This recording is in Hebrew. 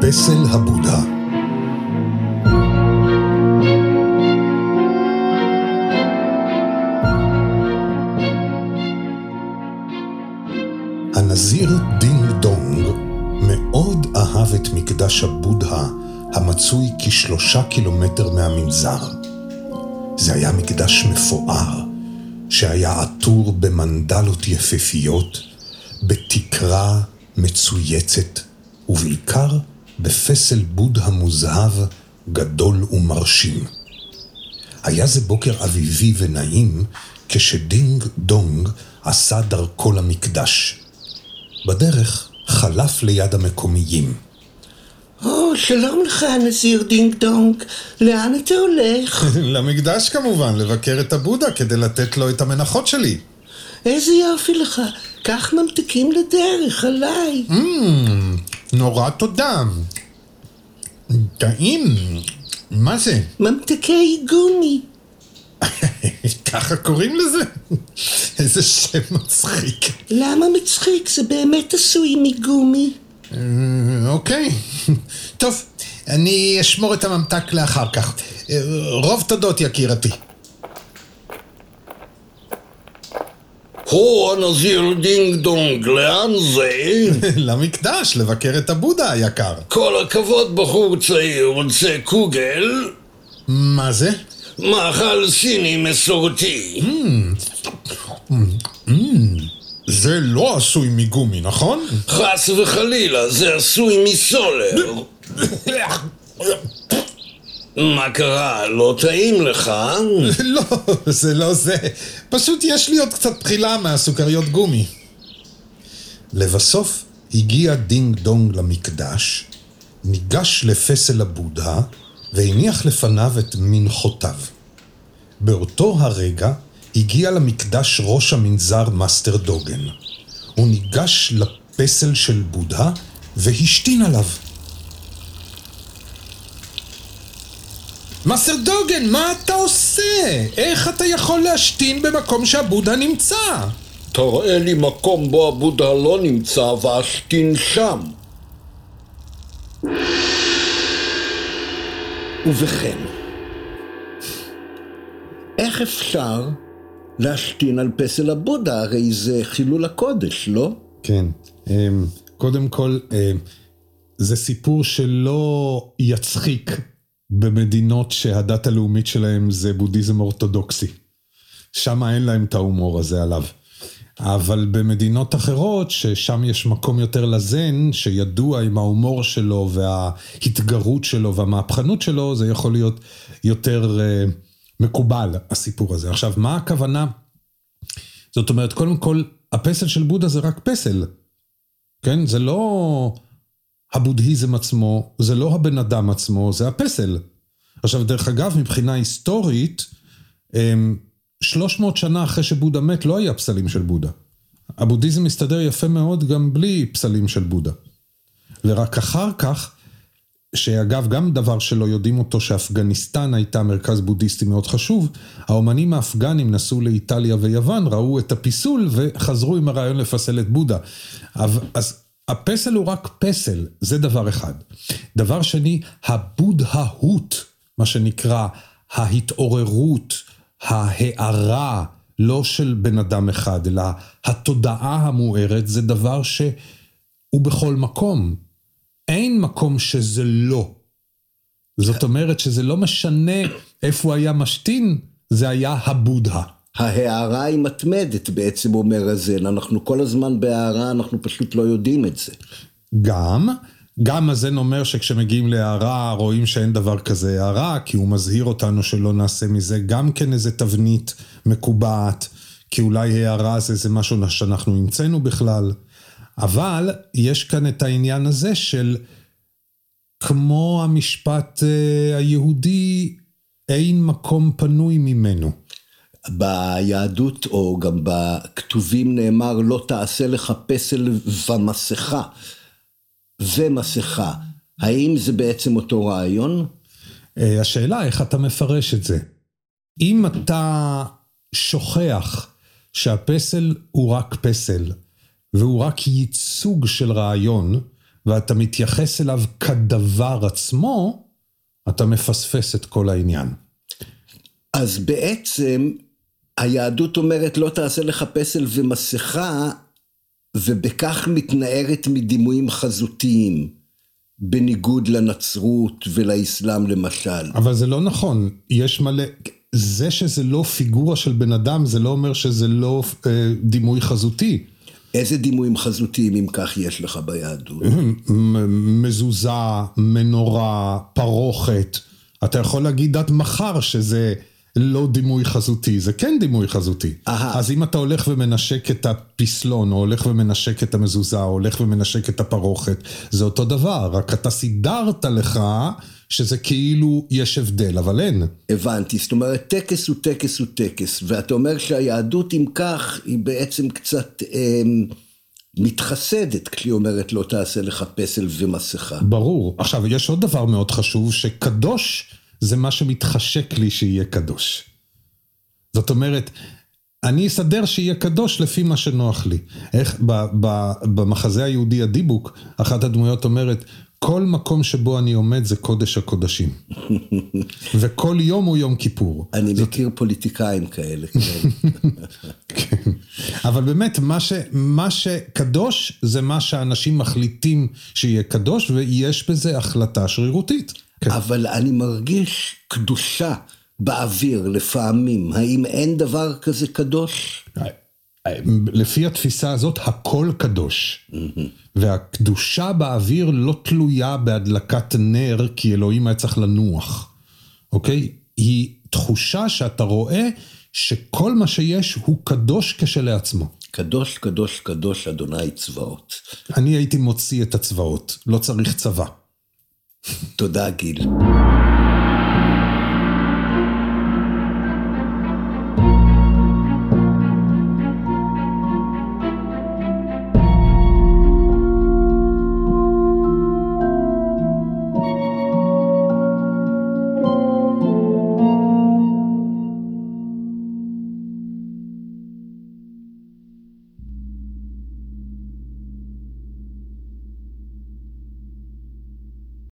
פסל הבודה. הנזיר דינג דונג מאוד אהב את מקדש הבודה המצוי כ3 קילומטר מהמנזר. זה היה מקדש מפואר שהיה עטור במנדלות יפהפיות, בתקרה מצויצת ובעיקר בפסל בודה מוזהב גדול ומרשים. היה זה בוקר אביבי ונעים כשדינג דונג עשה דרכו למקדש. בדרך חלף ליד המקומיים. שלום לך, הנזיר דינג דונג. לאן אתה הולך? למקדש כמובן, לבקר את הבודה כדי לתת לו את המנחות שלי. איזה יופי לך. קח ממתקים לדרך, עליי. נורא תודה. טעים. מה זה? ממתקי גומי. ככה קוראים לזה? איזה שם מצחיק. למה מצחיק? זה באמת עשוי מגומי. אוקיי. טוב, אני אשמור את הממתק לאחר כך. רוב תודות, יקירתי. הנזיר דינג דונג, לאן זה? למקדש, לבקר את הבודה היקר. כל הכבוד, בחור צעיר. רוצה קוגל? מה זה? מאכל סיני מסורתי. זה לא עשוי מגומי, נכון? חס וחלילה, זה עשוי מסולר. מה קרה? לא טעים לך? לא, זה לא זה. פשוט יש לי עוד קצת בחילה מהסוכריות גומי. לבסוף הגיע דינג דונג למקדש, ניגש לפסל הבודה והניח לפניו את מנחותיו. באותו הרגע הגיע למקדש ראש המנזר מאסטר דוגן. הוא ניגש לפסל של בודה והשתין עליו. מאסטר דוגן, מה אתה עושה? איך אתה יכול להשתין במקום שהבודה נמצא? תראה לי מקום בו הבודה לא נמצא ואשתין שם. ובכן, איך אפשר להשתין על פסל הבודה? הרי זה חילול הקודש, לא? כן, קודם כל, זה סיפור שלא יצחיק במדינות שהדת הלאומית שלהם זה בודהיזם אורתודוקסי. שם אין להם את ההומור הזה עליו. אבל במדינות אחרות, ששם יש מקום יותר לזן, שידוע עם ההומור שלו וההתגרות שלו והמהפכנות שלו, זה יכול להיות יותר מקובל, הסיפור הזה. עכשיו, מה הכוונה? זאת אומרת, קודם כל, הפסל של בודה זה רק פסל. כן? זה לא הבודהיזם עצמו, זה לא הבן אדם עצמו, זה הפסל. עכשיו, דרך אגב, מבחינה היסטורית, 300 שנה אחרי שבודה מת, לא היה פסלים של בודה. הבודהיזם מסתדר יפה מאוד גם בלי פסלים של בודה. ורק אחר כך, שאגב גם דבר שלא יודעים אותו, שאפגניסטן הייתה מרכז בודהיסטי מאוד חשוב, האומנים האפגנים נסעו לאיטליה ויוון, ראו את הפיסול וחזרו עם הרעיון לפסל את בודה. אז הפסל הוא רק פסל, זה דבר אחד. דבר שני, הבודהות, מה שנקרא ההתעוררות, ההארה, לא של בן אדם אחד, אלא התודעה המוארת, זה דבר שהוא בכל מקום. אין מקום שזה לא. זאת אומרת שזה לא משנה איפה היה משתין, זה היה הבודה. ההארה היא מתמדת בעצם, אומר הזן. אנחנו כל הזמן בהארה, אנחנו פשוט לא יודעים את זה. גם הזן אומר שכשמגיעים להארה רואים שאין דבר כזה הארה, כי הוא מזהיר אותנו שלא נעשה מזה גם כן איזה תבנית מקובעת, כי אולי הארה זה משהו שאנחנו המצאנו בכלל. אבל יש כאן את העניין הזה של כמו המשפט היהודי, אין מקום פנוי ממנו. ביהדות או גם בכתובים נאמר לא תעשה לך פסל ומסכה. ומסכה. האם זה בעצם אותו רעיון? השאלה איך אתה מפרש את זה. אם אתה שוכח שהפסל הוא רק פסל, והוא רק ייצוג של רעיון, ואתה מתייחס אליו כדבר עצמו, אתה מפספס את כל העניין. אז בעצם היהדות אומרת לא תעשה לך פסל ומסכה, ובכך מתנערת מדימויים חזותיים, בניגוד לנצרות ולאסלאם למשל. אבל זה לא נכון, יש מלא, זה שזה לא פיגורה של בן אדם, זה לא אומר שזה לא דימוי חזותי. איזה דימויים חזותיים אם כך יש לך ביהדות? מזוזה, מנורה, פרוכת. אתה יכול להגיד עד מחר שזה לא דימוי חזותי, זה כן דימוי חזותי. אז אם אתה הולך ומנשק את הפסלון, או הולך ומנשק את המזוזה, או הולך ומנשק את הפרוכת, זה אותו דבר, רק אתה סידרת לך שזה כאילו יש הבדל, אבל אין. הבנתי, זאת אומרת, טקס הוא טקס הוא טקס, ואתה אומר שהיהדות אם כך, היא בעצם קצת מתחסדת, כשהיא אומרת לא תעשה לך פסל ומסכה. ברור. עכשיו, יש עוד דבר מאוד חשוב, שקדוש זה מה שמתחשק לי שיהיה קדוש. זאת אומרת, אני אסדר שיהיה קדוש לפי מה שנוח לי. איך במחזה היהודי הדיבוק, אחת הדמויות אומרת, כל מקום שבו אני עומד זה קודש הקודשים. וכל יום הוא יום כיפור. אני מכיר פוליטיקאים כאלה. כן. אבל באמת, מה שקדוש זה מה שאנשים מחליטים שיהיה קדוש, ויש בזה החלטה שרירותית. אבל אני מרגיש קדושה באוויר לפעמים. האם אין דבר כזה קדוש? לפי התפיסה הזאת, הכל קדוש. והקדושה באוויר לא תלויה בהדלקת נר, כי אלוהים היה צריך לנוח. אוקיי? היא תחושה שאתה רואה שכל מה שיש הוא קדוש כשלעצמו. קדוש, קדוש, קדוש, אדוני צבאות. אני הייתי מוציא את הצבאות, לא צריך צבא. תודה גיל.